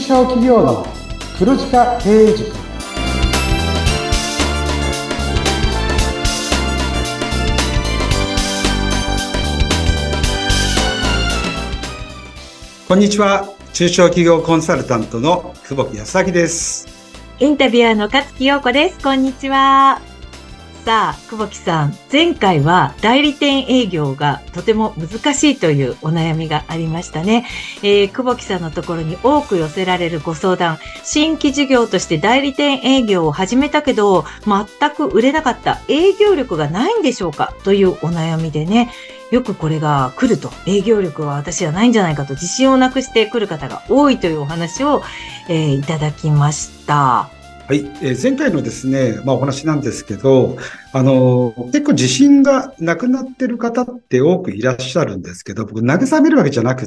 小企業の黒字化経営塾。こんにちは。中小企業コンサルタントの久保木康明です。 インタビュアーの勝木陽子です。こんにちは。さあ、久保木さん、前回は代理店営業がとても難しいというお悩みがありましたね。久保木さんのところに多く寄せられるご相談、新規事業として代理店営業を始めたけど全く売れなかった、営業力がないんでしょうかというお悩みでね、よくこれが来ると、営業力は私はないんじゃないかと自信をなくして来る方が多いというお話を、いただきました。 はい、前回のですね、お話なんですけど、結構自信がなくなってる方って多くいらっしゃるんですけど、僕慰めるわけじゃなくって、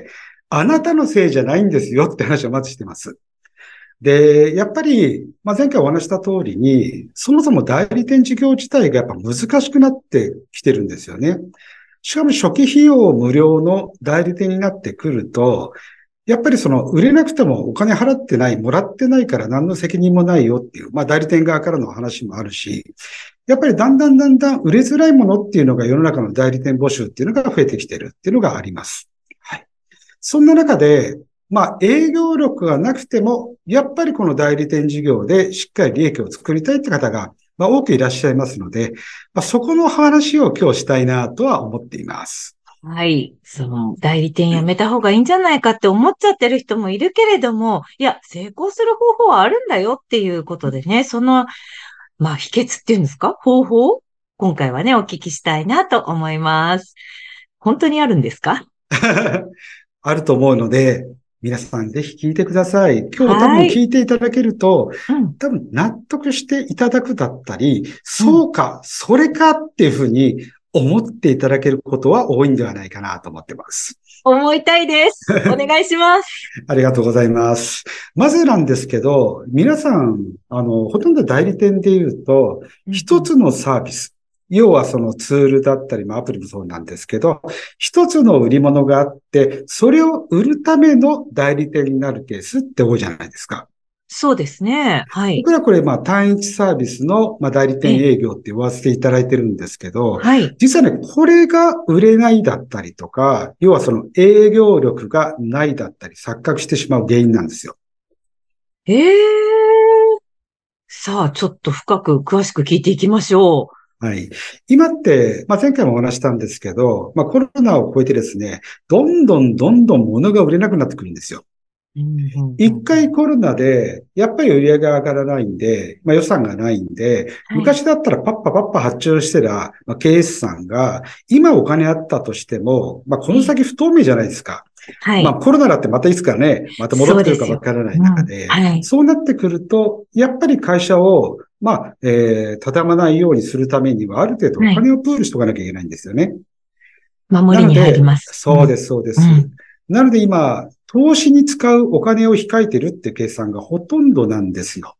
あなたのせいじゃないんですよって話をまずしてます。で、やっぱり、前回お話した通りに、そもそも代理店事業自体がやっぱ難しくなってきてるんですよね。しかも初期費用無料の代理店になってくると、やっぱり売れなくてもお金払ってない、もらってないから何の責任もないよっていう、代理店側からの話もあるし、やっぱりだんだん売れづらいものっていうのが世の中の代理店募集っていうのが増えてきてるっていうのがあります。はい。そんな中で、営業力がなくても、やっぱりこの代理店事業でしっかり利益を作りたいって方が、多くいらっしゃいますので、そこの話を今日したいなとは思っています。 はい。代理店やめた方がいいんじゃないかって思っちゃってる人もいるけれども、いや、成功する方法はあるんだよっていうことでね、秘訣っていうんですか？方法？今回はね、お聞きしたいなと思います。本当にあるんですか？ あると思うので、皆さんぜひ聞いてください。今日多分はい。 聞いていただけると、 うん。 多分納得していただくだったり、 うん。 そうか、それかっていうふうに思っていただけることは多いんではないかなと思ってます。 思いたいです。お願いします。 ありがとうございます。まずなんですけど、皆さん、ほとんど代理店で言うと、 うんうん。 一つのサービス、要はそのツールだったり、アプリもそうなんですけど、一つの売り物があって、それを売るための代理店になるケースって多いじゃないですか。 そうですね。はい。 僕らこれ、単一サービスの、代理店ええ。 営業って言わせていただいてるんですけど、 はい。 実はね、これが売れないだったりとか、要はその営業力がないだったり、錯覚してしまう原因なんですよ。 ええ。さあ、ちょっと深く詳しく聞いていきましょはい。今って、前回もお話したんですけど、コロナを超えてですね、どんどん物が売れなくなってくるんですよ。 う。うんうんうん一うん。 回コロナで、やっぱり売り上げが上がらないんで、予算がないんで、 はい。 昔だったらパッパ発注してた、経営士さんが、今お金あったとしても、こええ。 の先不透明じゃないですか。 はい。 コロナだってまたいつかね、また戻ってくるかそうですよ。 わからないうん。 中で、 はい。 そうなってくると、やっぱり会社を、畳まないようにするためには、ある程度おはい。 金をプールしておかなきゃいけないんですよね。 守りに入りなので、 ます。うん。 そうです、そうです。 うん。 なので今、投資に使うお金を控えてるって計算がほとんどなんですよ。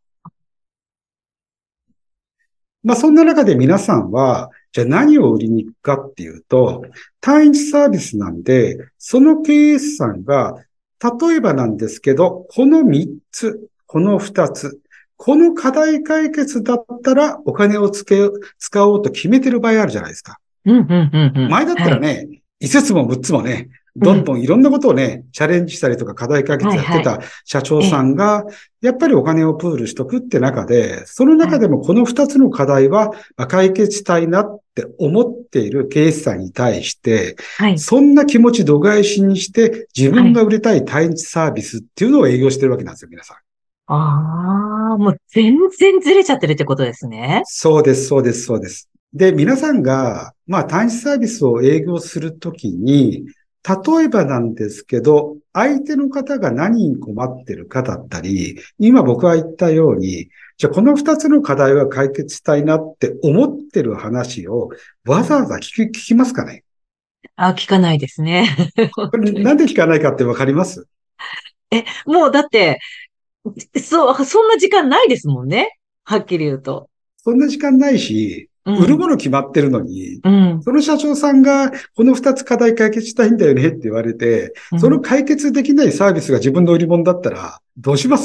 そんな中で皆さんは、じゃあ何を売りに行くかっていうと、単一サービスなんで、その経営者さんが、例えばなんですけど、この3つ、この2つ、この課題解決だったらお金を使おうと決めてる場合あるじゃないですか。 うん、うん、うん、うん。 前だったはい。 らね、5つも6つもね、 うん。 どんどんいろんなことをね、チャレンジしたりとか課題解決はい、はい。 やってた社長ええ。 さんが、やっぱりお金をプールしとくって中で、そのはい。 中でもこの2つの課題は解決したいなって思っている経営者さんに対して、 はい。 そんな気持ち度外視にして自はい。 分が売れたい単一サービスっていうのを営業してるわけなんですよ、皆さん。 ああ、もう全然ずれちゃってるってことですね。 そうです、そうです、そうです。で、皆さんが、単一サービスを営業するときに、例えばなんですけど、相手の方が何に困ってるかだったり、今僕が言ったように、じゃあこの二つの課題は解決したいなって思ってる話をわざわざ聞きますかね？ あ、聞かないですね。本これ当に。 なんで聞かないかってわかります？ もうだって、そんな時間ないですもんね。はっきり言うと。 そんな時間ないし、 売るうん、 もの決まってるのに、 うん、 その社長さんがこの二つ課題解決したいんだよねって言われて、そのうん。 解決できないサービスが自分の売り物だったら、どうします？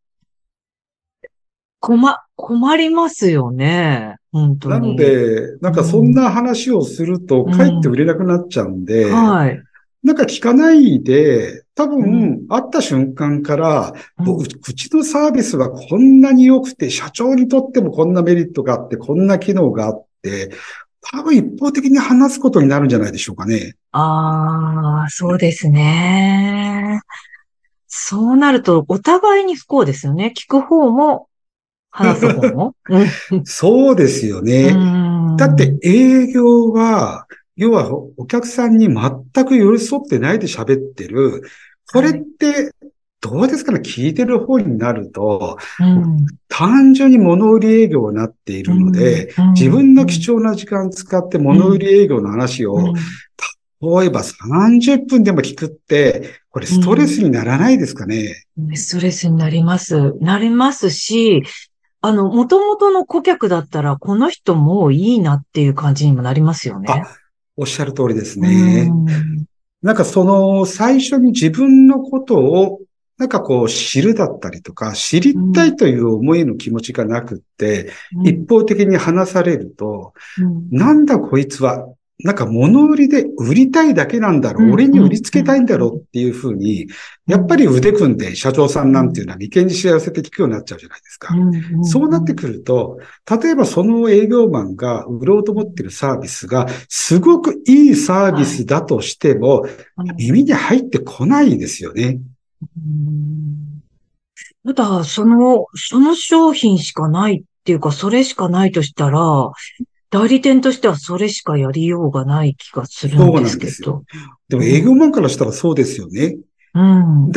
困りますよね。本当なのに。 で、なんうかそんん、 な話をすると、 うかえって売ん。 れなくなっちゃうんで、 はい。 なんか聞かないで、多うん、 分、会った瞬間から、ううん。 ちのサービスはこんなに良くて、社長にとってもこんなメリットがあって、こんな機能があって、多分一方的に話すことになるんじゃないでしょうかね。 ああ、そうですね。そうなると、お互いに不幸ですよね。聞く方も、話す方も。うん。 そうですようね。だってん。 営業は、要はお客さんに全く寄り添ってないで喋ってる。これっはい。 てどうですかね？聞いてる方になると、 うん。 単純に物売り営業になっているのうん。 で、 うん。 自分の貴うん。 重な時間使ってうん。 物売り営業の話を、 うん。 例えば30分でも聞くって、これうストレスん。 にならないですかね？ ストレスになります。なりますし、元々の顧客だったら、この人もういいなっていう感じにもなりますよね。 あ、おっしゃる通りですうね。 ん。 なんかその最初に自分のことをなんかこう知るだったりとか知りうん。 たいという思いの気持ちがなくってうん。 一方的に話されるとうん。 なんだこいつはなんか物売りで売りたいだけなんだろう。 うん。 俺に売りうん。 つけたいんだろうっていうふうにうん。 やっぱり腕組んで社長さんうん。 なんていうのは眉間にしわ寄せて聞くようになっちゃうじゃないですか。 うん。うん。 そうなってうん。 くると、例えばその営業マンが売ろうと思っているサービスがすごくいいサービはい。 スだとしても、 うん。 耳に入ってこないですよね。 うん。ただ、その商品しかないっていうか、それしかないとしたら、代理店としてはそれしかやりようがない気がするんそうでなんですよ。 すけど。 でもうん。 営業マンからしたらそうですよね。 うん。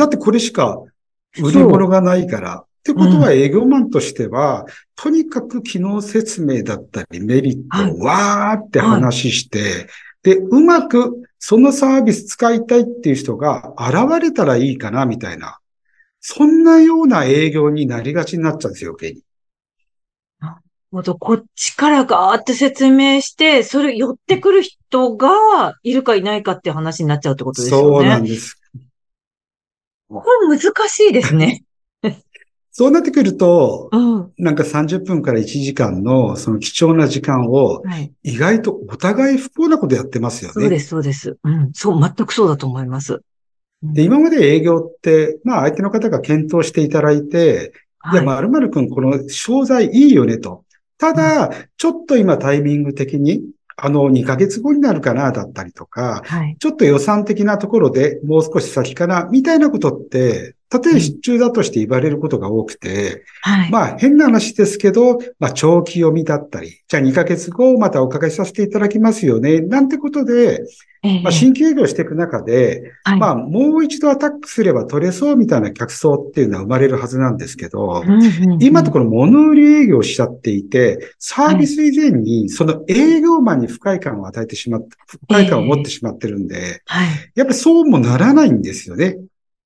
だってこれしか売り物そがないから。ってう。うことはん。 営業マンとしては、とにかく機能説明だったりメリットはい。 をわーってはい。 話して、で、うまくそのサービス使いたいっていう人が現れたらいいかな、みたいな。そんなような営業になりがちになっちゃうんですよ、余計に。 なるほど。こっちからガーって説明して、それ寄ってくる人がいるかいないかっていう話になっちゃうってことですよそうなね。 んです。 これ難しいですね。 そうなってくると、 うん。 なんか30分から1時間のその貴重な時間をはい。 意外とお互い不幸なことやってますよね。 そうです、そうです。うん。そう、全くそうだと思います。うで、 ん。 今まで営業って、まあ相手の方が検討していただいて、いや、 はい。 〇〇くんこの商材いいよねと。たうん。 だ、ちょっと今タイミング的に、2ヶ月後になるかな、だったりとか、 はい。 ちょっと予算的なところでもう少し先かな、みたいなことって、たとえうん。 必中だとして言われることが多くて、 はい。 まあ変な話ですけど、まあ長期読みだったり、じゃあ2ヶ月後またお伺いさせていただきますよね、なんてことで、 えまあ、 え、 新規営業していく中で、 はい。 まあ、もう一度アタックすれば取れそうみたいな客層っていうのは生まれるはずなんですけど、 うん、うん、うん。 今ところ物売り営業をしちゃっていて、サーはい。 ビス以前にその営業マンに不快感を与えてしまって、不え快感を持ってえ、 しまってるんで、 はい。 やっぱりそうもならないんですよね。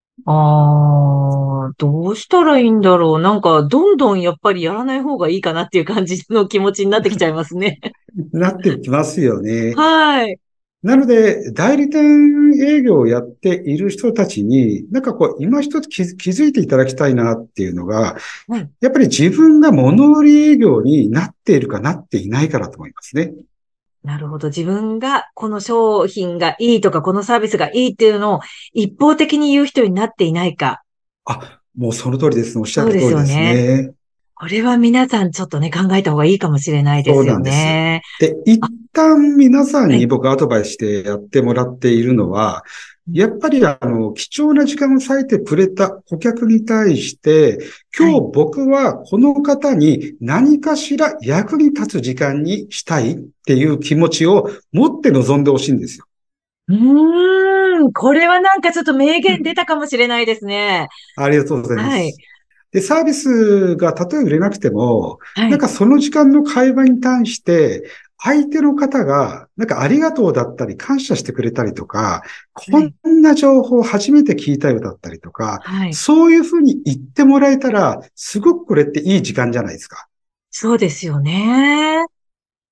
ああ、どうしたらいいんだろう。なんか、どんどんやっぱりやらない方がいいかなっていう感じの気持ちになってきちゃいますね。 なってきますよね。 はい。 なので、代理店営業をやっている人たちに、なんかこう、今一つ気づいていただきたいなっていうのが、 はい。 やっぱり自分が物売り営業になっているかなっていないからと思いますね。 なるほど。自分がこの商品がいいとか、このサービスがいいっていうのを一方的に言う人になっていないか。 あ、もうその通りですね。おっしゃそうでする通りですよね。 ね。 これは皆さんちょっとね、考えた方がいいかもしれないでそうすよなんです。 ね。 で、一あ、 旦皆さんはい。 に僕アドバイスしてやってもらっているのは、やっぱり貴重な時間を割いてくれた顧客に対して、 はい。 今日僕はこの方に何かしら役に立つ時間にしたいっていう気持ちを持って臨んでほしいんですよ。 うこれはなんかちょっと名言出たかもしれないですね。 ありがとうございまはい。 す。で、サービスがたとえ売れなくても、 はい。 なんかその時間の会話に対して、相手の方が、なんかありがとうだったり、感謝してくれたりとか、こんはい。 な情報初めて聞いたよだったりとか、 はい。 そういうふうに言ってもらえたら、すごくこれっていい時間じゃないですか。 そうですよね。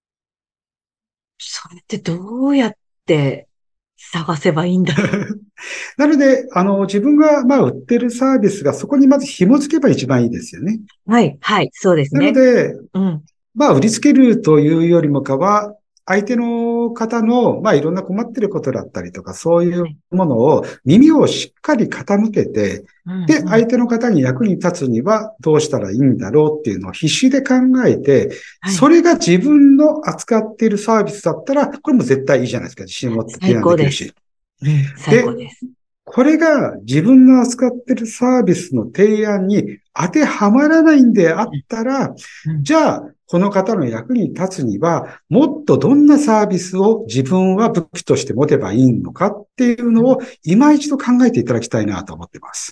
それってどうやって探せばいいんだろなので、自分が、売ってるサービスがそこにまず紐付けば一番いいですよね。 う。はい、はい、そうですなのね。 で、 うん。 売りつけるというよりもかは、相手の方の、いろんな困ってることだったりとか、そういうはい。 ものを耳をしっかり傾けて、 うん、 で、 うん。 相手の方に役に立つにはどうしたらいいんだろうっていうのを必死で考えて、 はい。 それが自分の扱っているサービスだったら、これも絶対いいじゃないですか。自信を持って提最高です。 案できるし。 うん、最高で、 です。 これが自分の扱っているサービスの提案に当てはまらないんであったら、 うん。 じゃあ、この方の役に立つには、もっとどんなサービスを自分は武器として持てばいいのかっていうのを今一度考えていただきたいなと思っています。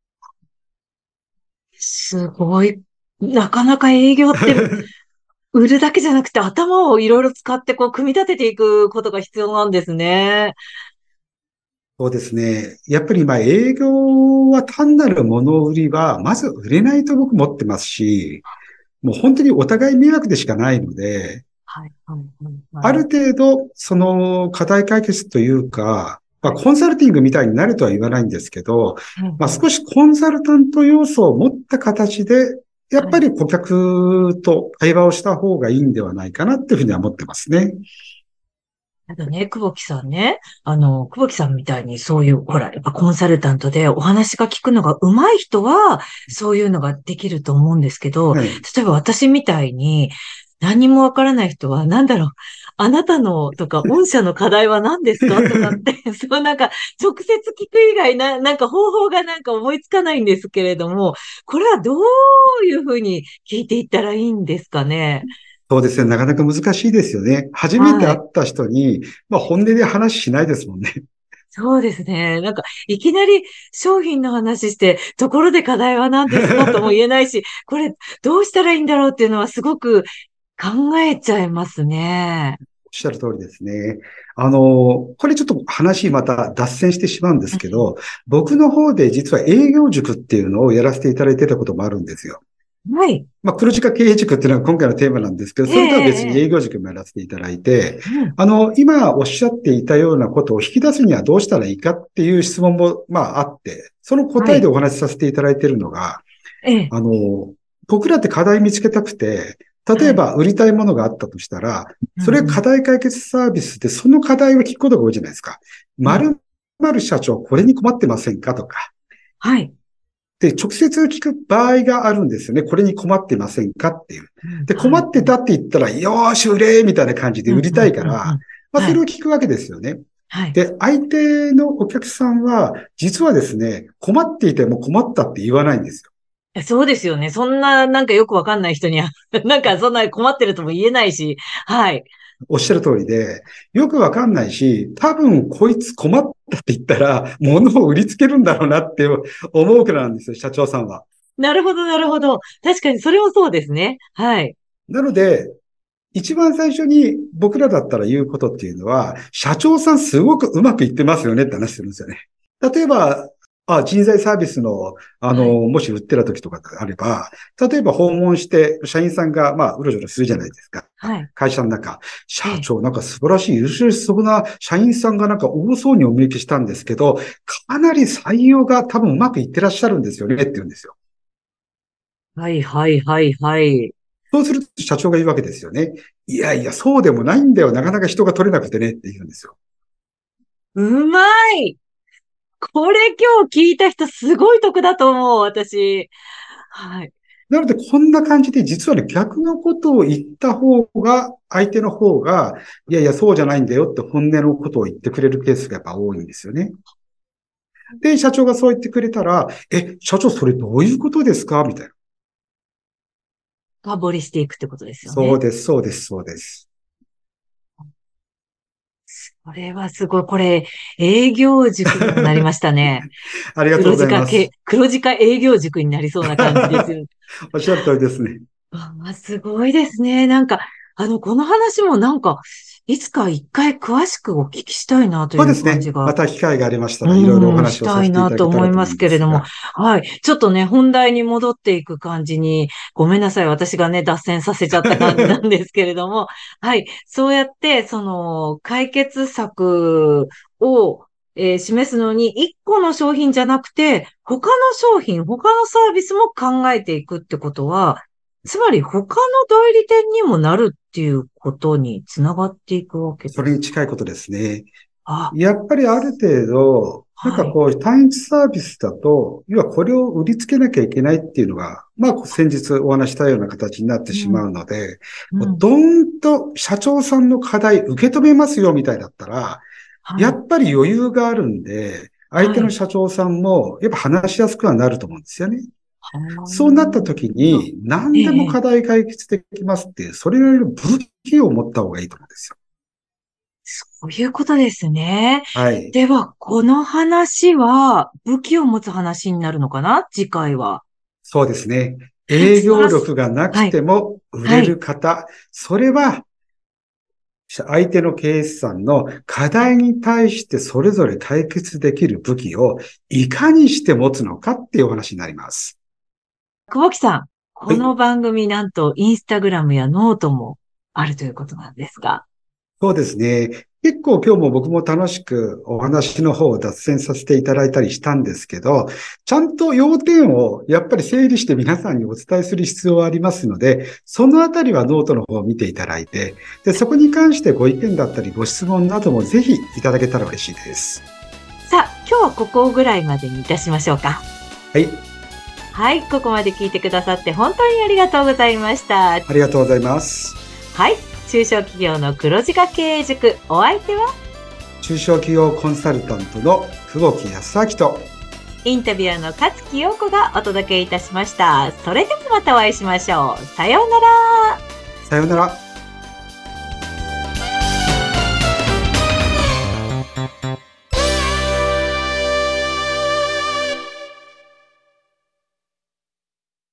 すごい。なかなか営業って売るだけじゃなくて頭をいろいろ使って組み立てていくことが必要なんですね。 そうですね。やっぱり営業は単なる物売りはまず売れないと僕持ってますし、もう本当にお互い迷惑でしかないので、 はい、はい、はい、はい。 ある程度、その課題解決というか、 はい。 コンサルティングみたいになるとは言わないんですけど、 うん、うん。 少しコンサルタント要素を持った形で、やっはい。 ぱり顧客と会話をした方がいいんではないかなっていうふうには思ってますね。 あとね、久保木さんね、久保木さんみたいにそういう、ほら、やっぱコンサルタントでお話が聞くのが上手い人は、そういうのができると思うんですけど、 はい。 例えば私みたいに、何にもわからない人は、なんだろう、あなたのとか、御社の課題は何ですかとかって、そうなんか、直接聞く以外なんか方法がなんか思いつかないんですけれども、これはどういうふうに聞いていったらいいんですかね。 そうですね。なかなか難しいですよね。初めてはい。 会った人に、本音で話しないですもんね。 そうですね。なんか、いきなり商品の話して、ところで課題は何ですかとも言えないし、これどうしたらいいんだろうっていうのはすごく考えちゃいますね。 おっしゃる通りですね。これちょっと話また脱線してしまうんですけど、僕の方で実は営業塾っていうのをやらせていただいてたこともあるんですよ。 はい。 黒字化経営塾っていうのが今回のテーマなんですけど、 ええ、 それとは別ええ、ええ。 に営業塾もやらせていただいて、 うん。 今おっしゃっていたようなことを引き出すにはどうしたらいいかっていう質問も、あって、そのはい。 答えでお話しさせていただいているのが、 ええ。 あの、僕らって課題見つけたくて、例えはい。 ば売りたいものがあったとしたら、 うん、 それうん。 課題解決サービスでその課題を聞くことが多いじゃないですか。 うん。 〇〇社長これに困ってませんかとか。 はい。 で、直接聞く場合があるんですよね。これに困ってませんかっていう。 うん。 で、困はい。 ってたって言ったら、よーし、売れみたいな感じでうん、 売りたいうん、うん、うから、 ん。はそれをい。 聞くわけですよね。 はい。 で、相手のお客さんは、実はですね、困っていても困ったって言わないんですよ。 そうですよね。そんな、なんかよくわかんない人にはなんかそんな困ってるとも言えないし、はい。 おっしゃる通りで、よくわかんないし、多分こいつ困ったって言ったら、物を売りつけるんだろうなって思うからなんですよ、社長さんは。 なるほど、なるほど。確かにそれもそうですね。はい。 なので、一番最初に僕らだったら言うことっていうのは、社長さんすごくうまくいってますよねって話するんですよね。例えば、人材サービスの、 はい。 もし売ってた時とかであれば、例えば訪問して、社員さんが、うろちょろするじゃないですか。 はい。 会社の中。 ええ。 社長、なんか素晴らしい、優秀そうな社員さんがなんか多そうにお見受けしたんですけど、かなり採用が多分うまくいってらっしゃるんですよねって言うんですよ。 はい、はい、はい、はい。 そうすると社長が言うわけですよね。いやいや、そうでもないんだよ。なかなか人が取れなくてねって言うんですよ。 うまい。これ今日聞いた人すごい得だと思う、私。はい。 なので、こんな感じで、実はね、逆のことを言った方が、相手の方が、いやいや、そうじゃないんだよって本音のことを言ってくれるケースがやっぱ多いんですよね。で、社長がそう言ってくれたら、社長、それどういうことですかみたいな。 深掘りしていくってことですよね。 そうです、そうです、そうです。 これはすごい。これ、営業塾にもなりましたね。 ありがとうございます。 黒字化営業塾になりそうな感じですよ。 おっしゃる通りですね。 すごいですね。なんか、この話もなんか、 いつか一回詳しくお聞きしたいなというそうですね。 感じがまた機会がありましたらいろいろお話をさしたいせていただけたなと思いまらと思うんすけれども、 ですが。 はい。ちょっとね、本題に戻っていく感じに、ごめんなさい。私がね、脱線させちゃった感じなんですけれども、はい。そうやって、解決策を、示すのに、一個の商品じゃなくて、他の商品、他のサービスも考えていくってことは、つまり他の代理店にもなるっていうことにつながっていくわけそです。 れに近いことですね。 あ、 やっぱりある程度、 はい。 単一サービスだと、要はこれを売りつけなきゃいけないっていうのが、先日お話したような形になってしまうん、 うので、 うん。 もうドーンと社長さんの課題受け止めますよみたいだったら、 はい。 やっぱり余裕があるんで、相手のはい。 社長さんもやっぱ話しやすくはなると思うんですよね。 はそうなった時あ。 に、何でもええ、 課題解決できますっていう、それなりの武器を持った方がいいと思うんですよ。 そういうことですね。 はい。 では、この話は、武器を持つ話になるのかな次回は。 そうですね。 え、 営業力がなくはい。 ても売れはい。 る方、それは相手の経営者さんの課はい。 題に対してそれぞれ解決できる武器をいかにして持つのかっていうお話になります。 久保木さん、 はい。 この番組なんと、インスタグラムやノートもあるということなんですが。 そうですね。結構今日も僕も楽しくお話の方を脱線させていただいたりしたんですけど、ちゃんと要点をやっぱり整理して皆さんにお伝えする必要はありますので、そのあたりはノートの方を見ていただいて、で、そこに関してご意見だったりご質問などもぜひいただけたら嬉しいです。 さあ、今日はここぐらいまでにいたしましょうか。 はい。 はい。ここまで聞いてくださって本当にありがとうございました。 ありがとうございます。 はい。中小企業の黒字化経営塾。お相手は中小企業コンサルタントの久保木康明と、 インタビュアーの勝木陽子がお届けいたしました。それではまたお会いしましょう。さようなら。 さようなら。